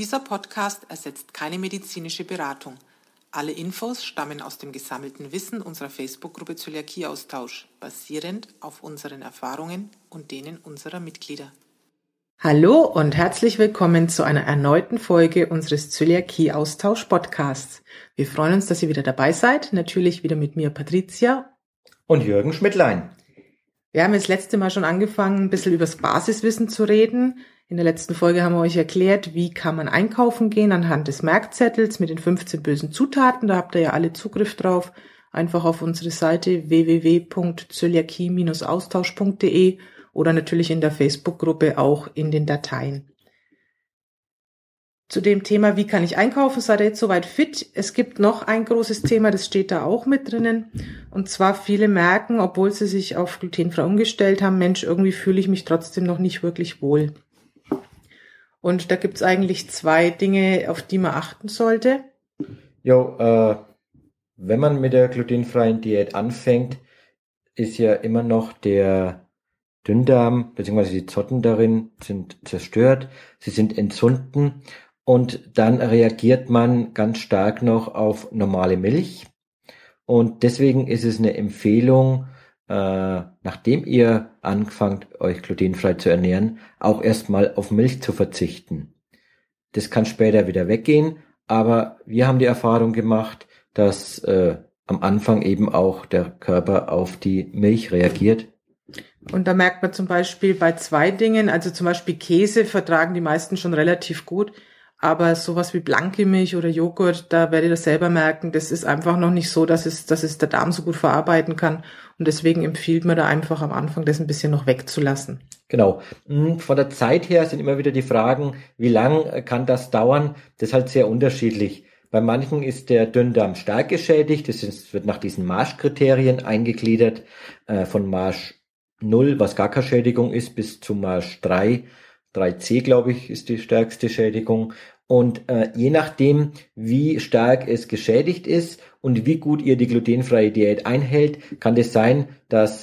Dieser Podcast ersetzt keine medizinische Beratung. Alle Infos stammen aus dem gesammelten Wissen unserer Facebook-Gruppe Zöliakie-Austausch, basierend auf unseren Erfahrungen und denen unserer Mitglieder. Hallo und herzlich willkommen zu einer erneuten Folge unseres Zöliakie-Austausch-Podcasts. Wir freuen uns, dass ihr wieder dabei seid, natürlich wieder mit mir Patricia und Jürgen Schmidtlein. Wir haben das letzte Mal schon angefangen, ein bisschen über das Basiswissen zu reden. In der letzten Folge haben wir euch erklärt, wie kann man einkaufen gehen anhand des Merkzettels mit den 15 bösen Zutaten. Da habt ihr ja alle Zugriff drauf. Einfach auf unsere Seite www.zöliakie-austausch.de oder natürlich in der Facebook-Gruppe auch in den Dateien. Zu dem Thema, wie kann ich einkaufen, seid ihr jetzt soweit fit? Es gibt noch ein großes Thema, das steht da auch mit drinnen. Und zwar viele merken, obwohl sie sich auf glutenfrei umgestellt haben, Mensch, irgendwie fühle ich mich trotzdem noch nicht wirklich wohl. Und da gibt's eigentlich zwei Dinge, auf die man achten sollte. Wenn man mit der glutenfreien Diät anfängt, ist ja immer noch der Dünndarm bzw. die Zotten darin sind zerstört, sie sind entzünden. Und dann reagiert man ganz stark noch auf normale Milch. Und deswegen ist es eine Empfehlung, nachdem ihr anfangt, euch glutenfrei zu ernähren, auch erstmal auf Milch zu verzichten. Das kann später wieder weggehen, aber wir haben die Erfahrung gemacht, dass am Anfang eben auch der Körper auf die Milch reagiert. Und da merkt man zum Beispiel bei zwei Dingen, also zum Beispiel Käse vertragen die meisten schon relativ gut. Aber sowas wie blanke Milch oder Joghurt, da werdet ihr das selber merken, das ist einfach noch nicht so, dass es der Darm so gut verarbeiten kann. Und deswegen empfiehlt man da einfach am Anfang, das ein bisschen noch wegzulassen. Genau. Von der Zeit her sind immer wieder die Fragen, wie lang kann das dauern? Das ist halt sehr unterschiedlich. Bei manchen ist der Dünndarm stark geschädigt. Wird nach diesen Marsch-Kriterien eingegliedert. Von Marsch 0, was gar keine Schädigung ist, bis zu Marsch 3. 3C, glaube ich, ist die stärkste Schädigung. Und je nachdem, wie stark es geschädigt ist und wie gut ihr die glutenfreie Diät einhält, kann es sein, dass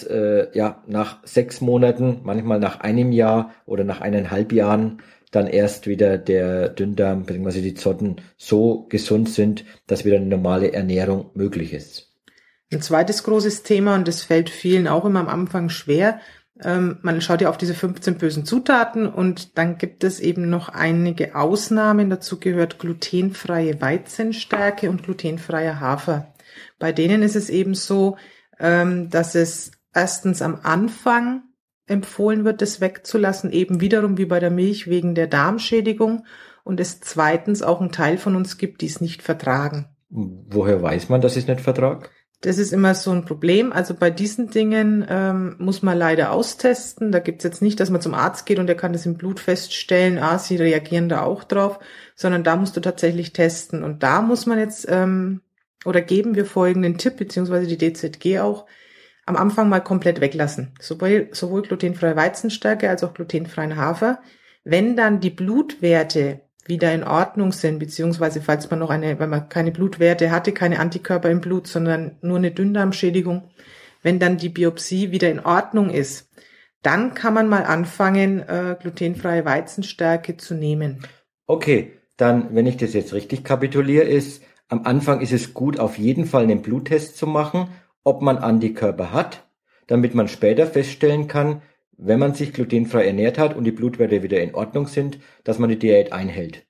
nach 6 Monaten, manchmal nach einem Jahr oder nach 1,5 Jahren dann erst wieder der Dünndarm bzw. die Zotten so gesund sind, dass wieder eine normale Ernährung möglich ist. Ein zweites großes Thema, und das fällt vielen auch immer am Anfang schwer, man schaut ja auf diese 15 bösen Zutaten und dann gibt es eben noch einige Ausnahmen. Dazu gehört glutenfreie Weizenstärke und glutenfreier Hafer. Bei denen ist es eben so, dass es erstens am Anfang empfohlen wird, das wegzulassen, eben wiederum wie bei der Milch wegen der Darmschädigung, und es zweitens auch einen Teil von uns gibt, die es nicht vertragen. Woher weiß man, dass ich es nicht vertrage? Das ist immer so ein Problem. Also bei diesen Dingen muss man leider austesten. Da gibt's jetzt nicht, dass man zum Arzt geht und der kann das im Blut feststellen, sie reagieren da auch drauf, sondern da musst du tatsächlich testen. Und da muss man jetzt, oder geben wir folgenden Tipp, beziehungsweise die DZG auch, am Anfang mal komplett weglassen. Sowohl glutenfreie Weizenstärke als auch glutenfreien Hafer. Wenn dann die Blutwerte wieder in Ordnung sind, beziehungsweise falls man wenn man keine Blutwerte hatte, keine Antikörper im Blut, sondern nur eine Dünndarmschädigung, wenn dann die Biopsie wieder in Ordnung ist, dann kann man mal anfangen, glutenfreie Weizenstärke zu nehmen. Okay, dann, wenn ich das jetzt richtig kapituliere, ist, am Anfang ist es gut, auf jeden Fall einen Bluttest zu machen, ob man Antikörper hat, damit man später feststellen kann, wenn man sich glutenfrei ernährt hat und die Blutwerte wieder in Ordnung sind, dass man die Diät einhält.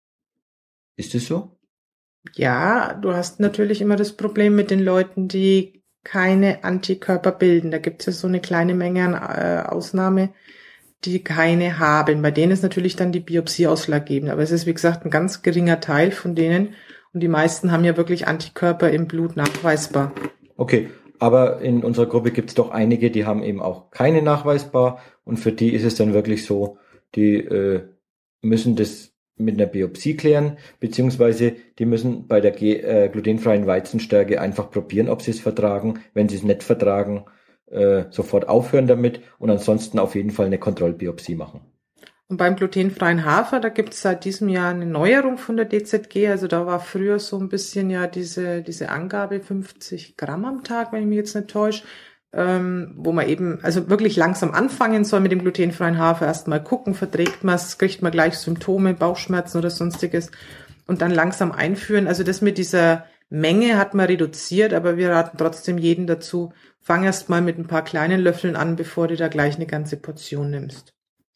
Ist es so? Ja, du hast natürlich immer das Problem mit den Leuten, die keine Antikörper bilden. Da gibt es ja so eine kleine Menge an Ausnahme, die keine haben. Bei denen ist natürlich dann die Biopsie ausschlaggebend. Aber es ist, wie gesagt, ein ganz geringer Teil von denen. Und die meisten haben ja wirklich Antikörper im Blut nachweisbar. Okay. Aber in unserer Gruppe gibt es doch einige, die haben eben auch keine nachweisbar, und für die ist es dann wirklich so, die müssen das mit einer Biopsie klären, beziehungsweise die müssen bei der glutenfreien Weizenstärke einfach probieren, ob sie es vertragen. Wenn sie es nicht vertragen, sofort aufhören damit und ansonsten auf jeden Fall eine Kontrollbiopsie machen. Und beim glutenfreien Hafer, da gibt es seit diesem Jahr eine Neuerung von der DZG. Also da war früher so ein bisschen ja diese Angabe 50 Gramm am Tag, wenn ich mich jetzt nicht täusche. wo man eben also wirklich langsam anfangen soll mit dem glutenfreien Hafer. Erstmal gucken, verträgt man es, kriegt man gleich Symptome, Bauchschmerzen oder sonstiges und dann langsam einführen. Also das mit dieser Menge hat man reduziert, aber wir raten trotzdem jeden dazu, fang erst mal mit ein paar kleinen Löffeln an, bevor du da gleich eine ganze Portion nimmst.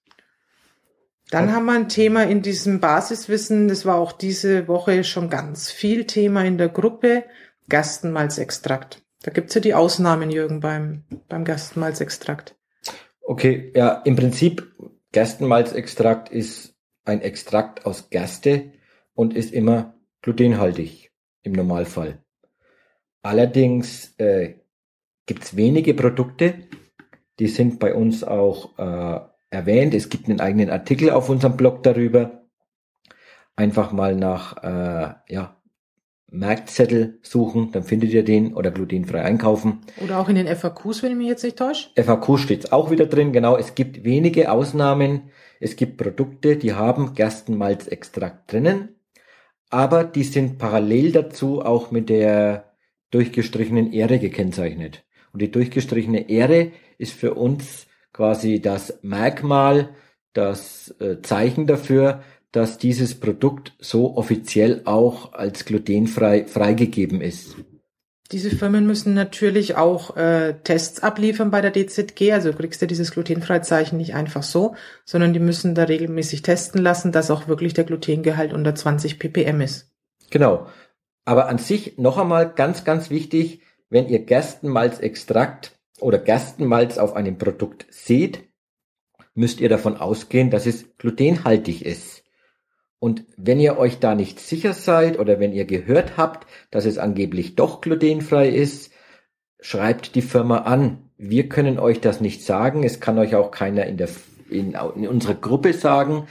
Dann haben wir ein Thema in diesem Basiswissen, das war auch diese Woche schon ganz viel Thema in der Gruppe, Gerstenmalzextrakt. Da gibt's ja die Ausnahmen, Jürgen, beim Gerstenmalzextrakt. Okay, ja, im Prinzip Gerstenmalzextrakt ist ein Extrakt aus Gerste und ist immer glutenhaltig im Normalfall. Allerdings gibt's wenige Produkte, die sind bei uns auch erwähnt. Es gibt einen eigenen Artikel auf unserem Blog darüber. Einfach mal nach Merkzettel suchen, dann findet ihr den oder glutenfrei einkaufen. Oder auch in den FAQs, wenn ich mich jetzt nicht täusche. FAQ steht auch wieder drin, genau. Es gibt wenige Ausnahmen. Es gibt Produkte, die haben Gerstenmalzextrakt drinnen, aber die sind parallel dazu auch mit der durchgestrichenen Ähre gekennzeichnet. Und die durchgestrichene Ähre ist für uns quasi das Merkmal, das Zeichen dafür, dass dieses Produkt so offiziell auch als glutenfrei freigegeben ist. Diese Firmen müssen natürlich auch Tests abliefern bei der DZG, also du kriegst ja dieses Glutenfreizeichen nicht einfach so, sondern die müssen da regelmäßig testen lassen, dass auch wirklich der Glutengehalt unter 20 ppm ist. Genau, aber an sich noch einmal ganz, ganz wichtig, wenn ihr Gerstenmalzextrakt oder Gerstenmalz auf einem Produkt seht, müsst ihr davon ausgehen, dass es glutenhaltig ist. Und wenn ihr euch da nicht sicher seid oder wenn ihr gehört habt, dass es angeblich doch glutenfrei ist, schreibt die Firma an. Wir können euch das nicht sagen. Es kann euch auch keiner in unserer Gruppe sagen.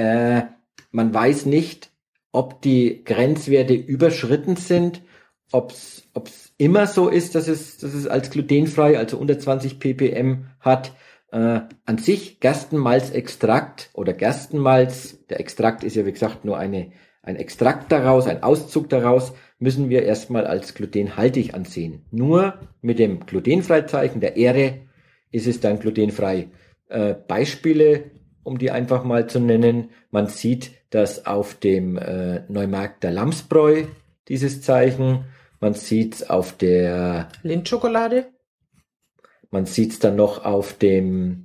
Man weiß nicht, ob die Grenzwerte überschritten sind, ob es immer so ist, dass es als glutenfrei, also unter 20 ppm hat. An sich Gerstenmalzextrakt oder Gerstenmalz, der Extrakt ist ja wie gesagt nur ein Extrakt daraus, ein Auszug daraus, müssen wir erstmal als glutenhaltig ansehen. Nur mit dem Glutenfreizeichen der Ähre ist es dann glutenfrei. Beispiele, um die einfach mal zu nennen, man sieht das auf dem Neumarkter Lamsbräu, dieses Zeichen, man sieht es auf der Lindschokolade. Man sieht es dann noch auf der,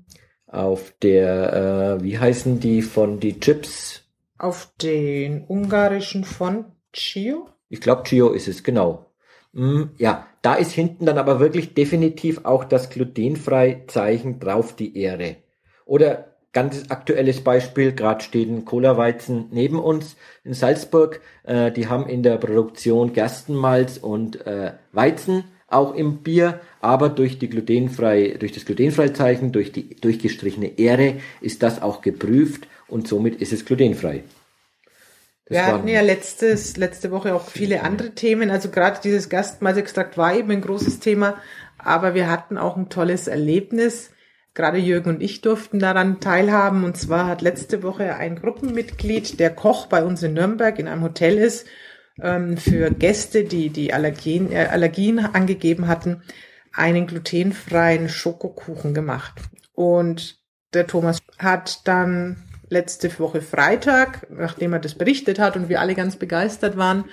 wie heißen die von die Chips? Auf den ungarischen von Chio? Ich glaube Chio ist es, genau. Ja, da ist hinten dann aber wirklich definitiv auch das glutenfrei Zeichen drauf, die Ähre. Oder ganz aktuelles Beispiel, gerade steht ein Cola-Weizen neben uns in Salzburg. Die haben in der Produktion Gerstenmalz und Weizen auch im Bier, aber durch das Glutenfreizeichen, durch die durchgestrichene Ähre ist das auch geprüft und somit ist es glutenfrei. Wir hatten ja letzte Woche auch viele andere Themen, also gerade dieses Gerstenmalzextrakt war eben ein großes Thema, aber wir hatten auch ein tolles Erlebnis. Gerade Jürgen und ich durften daran teilhaben, und zwar hat letzte Woche ein Gruppenmitglied, der Koch bei uns in Nürnberg in einem Hotel ist, für Gäste, die Allergien angegeben hatten, einen glutenfreien Schokokuchen gemacht. Und der Thomas hat dann letzte Woche Freitag, nachdem er das berichtet hat und wir alle ganz begeistert waren,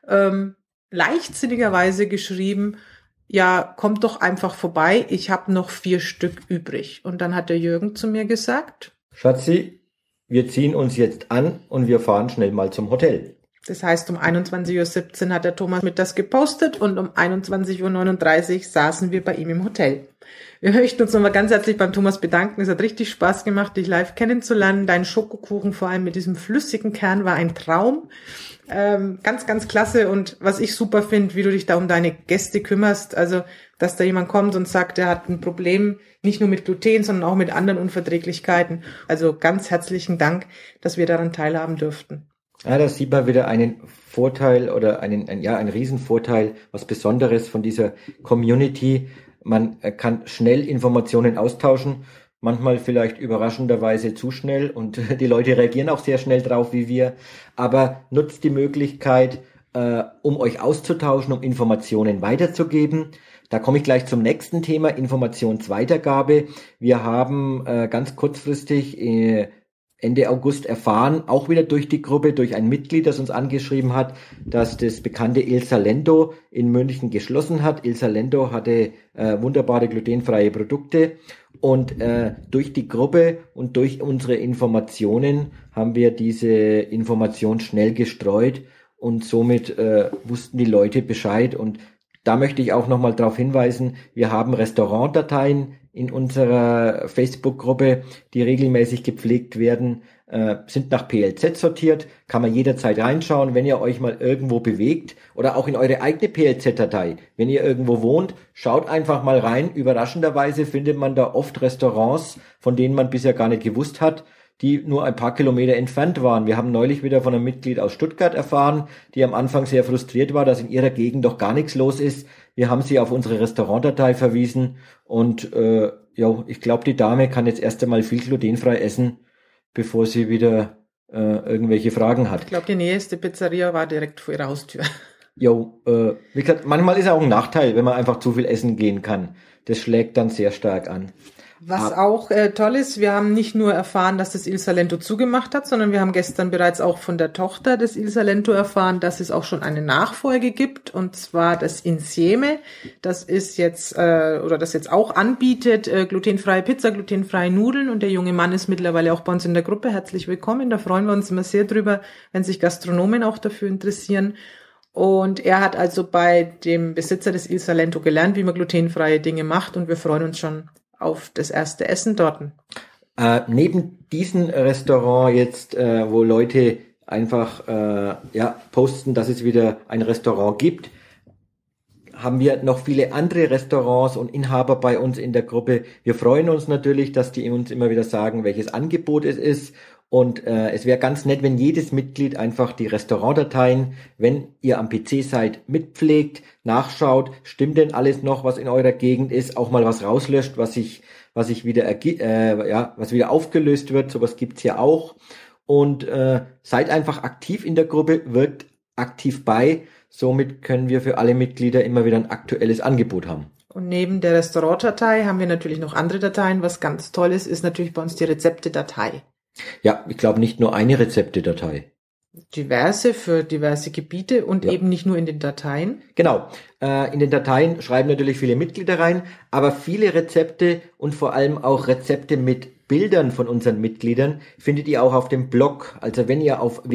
leichtsinnigerweise geschrieben, ja, kommt doch einfach vorbei, ich habe noch 4 Stück übrig. Und dann hat der Jürgen zu mir gesagt, Schatzi, wir ziehen uns jetzt an und wir fahren schnell mal zum Hotel. Das heißt, um 21.17 Uhr hat der Thomas mit das gepostet und um 21.39 Uhr saßen wir bei ihm im Hotel. Wir möchten uns nochmal ganz herzlich beim Thomas bedanken. Es hat richtig Spaß gemacht, dich live kennenzulernen. Dein Schokokuchen, vor allem mit diesem flüssigen Kern, war ein Traum. Ganz, ganz klasse. Und was ich super finde, wie du dich da um deine Gäste kümmerst. Also, dass da jemand kommt und sagt, er hat ein Problem, nicht nur mit Gluten, sondern auch mit anderen Unverträglichkeiten. Also ganz herzlichen Dank, dass wir daran teilhaben durften. Ja, da sieht man wieder einen Vorteil oder einen Riesenvorteil, was Besonderes von dieser Community. Man kann schnell Informationen austauschen, manchmal vielleicht überraschenderweise zu schnell und die Leute reagieren auch sehr schnell drauf wie wir, aber nutzt die Möglichkeit, um euch auszutauschen, um Informationen weiterzugeben. Da komme ich gleich zum nächsten Thema, Informationsweitergabe. Wir haben ganz kurzfristig Ende August erfahren, auch wieder durch die Gruppe, durch ein Mitglied, das uns angeschrieben hat, dass das bekannte Il Salento in München geschlossen hat. Il Salento hatte wunderbare glutenfreie Produkte und durch die Gruppe und durch unsere Informationen haben wir diese Information schnell gestreut und somit wussten die Leute Bescheid. Und da möchte ich auch nochmal darauf hinweisen, wir haben Restaurantdateien in unserer Facebook-Gruppe, die regelmäßig gepflegt werden, sind nach PLZ sortiert, kann man jederzeit reinschauen, wenn ihr euch mal irgendwo bewegt oder auch in eure eigene PLZ-Datei. Wenn ihr irgendwo wohnt, schaut einfach mal rein. Überraschenderweise findet man da oft Restaurants, von denen man bisher gar nicht gewusst hat, die nur ein paar Kilometer entfernt waren. Wir haben neulich wieder von einem Mitglied aus Stuttgart erfahren, die am Anfang sehr frustriert war, dass in ihrer Gegend doch gar nichts los ist. Wir haben sie auf unsere Restaurantdatei verwiesen und ich glaube, die Dame kann jetzt erst einmal viel glutenfrei essen, bevor sie wieder irgendwelche Fragen hat. Ich glaube, die nächste Pizzeria war direkt vor ihrer Haustür. Wie gesagt, manchmal ist auch ein Nachteil, wenn man einfach zu viel essen gehen kann. Das schlägt dann sehr stark an. Was auch toll ist, wir haben nicht nur erfahren, dass das Il Salento zugemacht hat, sondern wir haben gestern bereits auch von der Tochter des Il Salento erfahren, dass es auch schon eine Nachfolge gibt, und zwar das Insieme. Das ist jetzt, das jetzt auch anbietet, glutenfreie Pizza, glutenfreie Nudeln, und der junge Mann ist mittlerweile auch bei uns in der Gruppe. Herzlich willkommen, da freuen wir uns immer sehr drüber, wenn sich Gastronomen auch dafür interessieren. Und er hat also bei dem Besitzer des Il Salento gelernt, wie man glutenfreie Dinge macht, und wir freuen uns schon auf das erste Essen dort. Neben diesem Restaurant jetzt, wo Leute einfach posten, dass es wieder ein Restaurant gibt, haben wir noch viele andere Restaurants und Inhaber bei uns in der Gruppe. Wir freuen uns natürlich, dass die uns immer wieder sagen, welches Angebot es ist. Und es wäre ganz nett, wenn jedes Mitglied einfach die Restaurantdateien, wenn ihr am PC seid, mitpflegt, nachschaut, stimmt denn alles noch, was in eurer Gegend ist, auch mal was rauslöscht, was wieder aufgelöst wird. Sowas gibt's ja auch. Und seid einfach aktiv in der Gruppe, wirkt aktiv bei. Somit können wir für alle Mitglieder immer wieder ein aktuelles Angebot haben. Und neben der Restaurantdatei haben wir natürlich noch andere Dateien. Was ganz toll ist natürlich bei uns die Rezepte-Datei. Ja, ich glaube nicht nur eine Rezepte-Datei. Diverse für diverse Gebiete und eben nicht nur in den Dateien. Genau, in den Dateien schreiben natürlich viele Mitglieder rein, aber viele Rezepte und vor allem auch Rezepte mit Bildern von unseren Mitgliedern findet ihr auch auf dem Blog. Also wenn ihr auf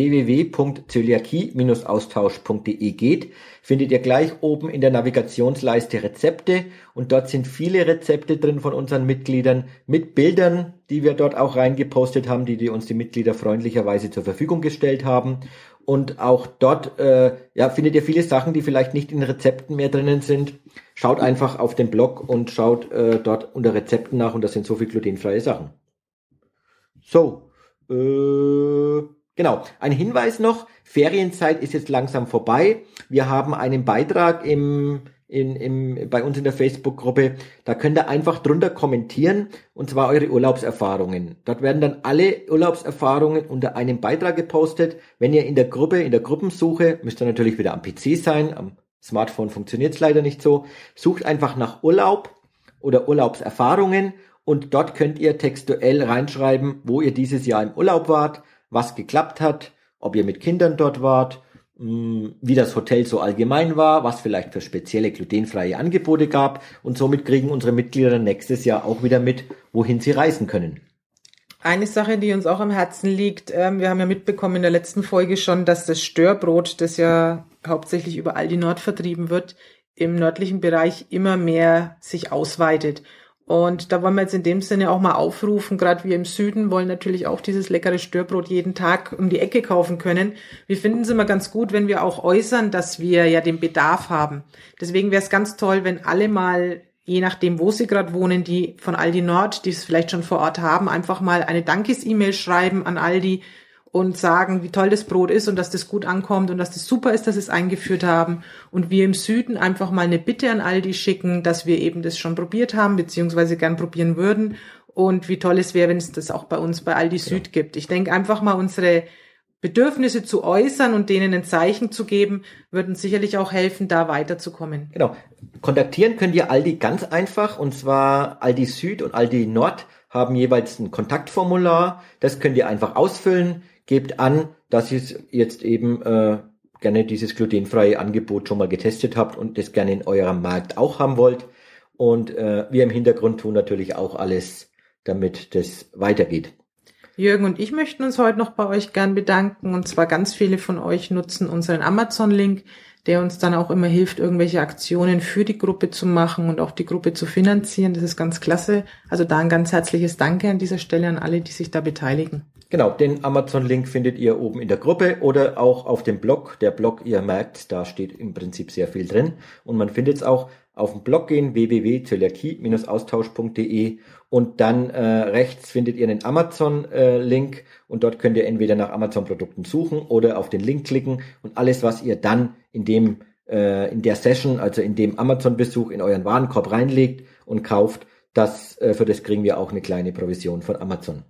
www.zöliakie-austausch.de geht, findet ihr gleich oben in der Navigationsleiste Rezepte, und dort sind viele Rezepte drin von unseren Mitgliedern mit Bildern, die wir dort auch reingepostet haben, die uns die Mitglieder freundlicherweise zur Verfügung gestellt haben. Und auch dort findet ihr viele Sachen, die vielleicht nicht in Rezepten mehr drinnen sind. Schaut einfach auf den Blog und schaut dort unter Rezepten nach, und das sind so viele glutenfreie Sachen. So, genau. Ein Hinweis noch, Ferienzeit ist jetzt langsam vorbei. Wir haben einen Beitrag bei uns in der Facebook-Gruppe. Da könnt ihr einfach drunter kommentieren, und zwar eure Urlaubserfahrungen. Dort werden dann alle Urlaubserfahrungen unter einem Beitrag gepostet. Wenn ihr in der Gruppensuche, müsst ihr natürlich wieder am PC sein, am Smartphone funktioniert es leider nicht so, sucht einfach nach Urlaub oder Urlaubserfahrungen, und dort könnt ihr textuell reinschreiben, wo ihr dieses Jahr im Urlaub wart, was geklappt hat, ob ihr mit Kindern dort wart, wie das Hotel so allgemein war, was vielleicht für spezielle glutenfreie Angebote gab, und somit kriegen unsere Mitglieder nächstes Jahr auch wieder mit, wohin sie reisen können. Eine Sache, die uns auch am Herzen liegt, wir haben ja mitbekommen in der letzten Folge schon, dass das Störbrot, das ja hauptsächlich über Aldi Nord vertrieben wird, im nördlichen Bereich immer mehr sich ausweitet. Und da wollen wir jetzt in dem Sinne auch mal aufrufen, gerade wir im Süden wollen natürlich auch dieses leckere Störbrot jeden Tag um die Ecke kaufen können. Wir finden es immer ganz gut, wenn wir auch äußern, dass wir ja den Bedarf haben. Deswegen wäre es ganz toll, wenn alle mal, je nachdem, wo sie gerade wohnen, die von Aldi Nord, die es vielleicht schon vor Ort haben, einfach mal eine Dankes-E-Mail schreiben an Aldi und sagen, wie toll das Brot ist und dass das gut ankommt und dass das super ist, dass sie es eingeführt haben. Und wir im Süden einfach mal eine Bitte an Aldi schicken, dass wir eben das schon probiert haben, beziehungsweise gern probieren würden. Und wie toll es wäre, wenn es das auch bei uns bei Aldi Süd gibt. Ich denke einfach mal, unsere Bedürfnisse zu äußern und denen ein Zeichen zu geben, würden sicherlich auch helfen, da weiterzukommen. Genau. Kontaktieren könnt ihr Aldi ganz einfach, und zwar Aldi Süd und Aldi Nord haben jeweils ein Kontaktformular. Das könnt ihr einfach ausfüllen, gebt an, dass ihr jetzt eben gerne dieses glutenfreie Angebot schon mal getestet habt und das gerne in eurem Markt auch haben wollt. Und wir im Hintergrund tun natürlich auch alles, damit das weitergeht. Jürgen und ich möchten uns heute noch bei euch gern bedanken. Und zwar ganz viele von euch nutzen unseren Amazon-Link, der uns dann auch immer hilft, irgendwelche Aktionen für die Gruppe zu machen und auch die Gruppe zu finanzieren. Das ist ganz klasse. Also da ein ganz herzliches Danke an dieser Stelle an alle, die sich da beteiligen. Genau, den Amazon-Link findet ihr oben in der Gruppe oder auch auf dem Blog. Der Blog, ihr merkt, da steht im Prinzip sehr viel drin. Und man findet es auch auf dem Blog gehen, www.zöliakie-austausch.de, und dann rechts findet ihr einen Amazon-Link und dort könnt ihr entweder nach Amazon-Produkten suchen oder auf den Link klicken und alles, was ihr dann in der Session, also in dem Amazon-Besuch in euren Warenkorb reinlegt und kauft, für das kriegen wir auch eine kleine Provision von Amazon.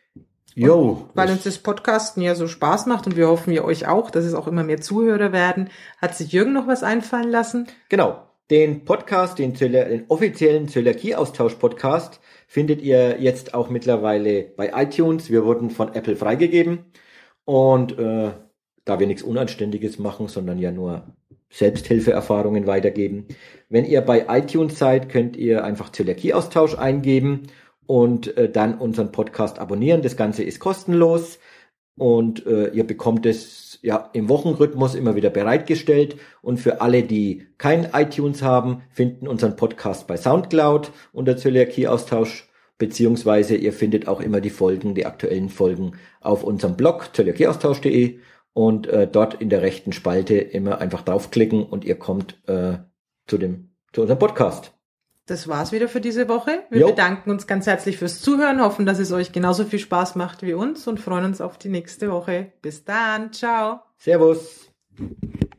Jo, weil uns das Podcasten ja so Spaß macht und wir hoffen ja euch auch, dass es auch immer mehr Zuhörer werden, hat sich Jürgen noch was einfallen lassen? Genau, den Podcast, den offiziellen Zöliakie-Austausch-Podcast findet ihr jetzt auch mittlerweile bei iTunes. Wir wurden von Apple freigegeben und da wir nichts Unanständiges machen, sondern ja nur Selbsthilfeerfahrungen weitergeben. Wenn ihr bei iTunes seid, könnt ihr einfach Zöliakie-Austausch eingeben und dann unseren Podcast abonnieren. Das Ganze ist kostenlos und ihr bekommt es ja im Wochenrhythmus immer wieder bereitgestellt. Und für alle, die kein iTunes haben, finden unseren Podcast bei Soundcloud unter Zöliakie-Austausch, beziehungsweise ihr findet auch immer die aktuellen Folgen auf unserem Blog zöliakieaustausch.de und dort in der rechten Spalte immer einfach draufklicken und ihr kommt zu unserem Podcast. Das war's wieder für diese Woche. Wir bedanken uns ganz herzlich fürs Zuhören, hoffen, dass es euch genauso viel Spaß macht wie uns und freuen uns auf die nächste Woche. Bis dann. Ciao. Servus.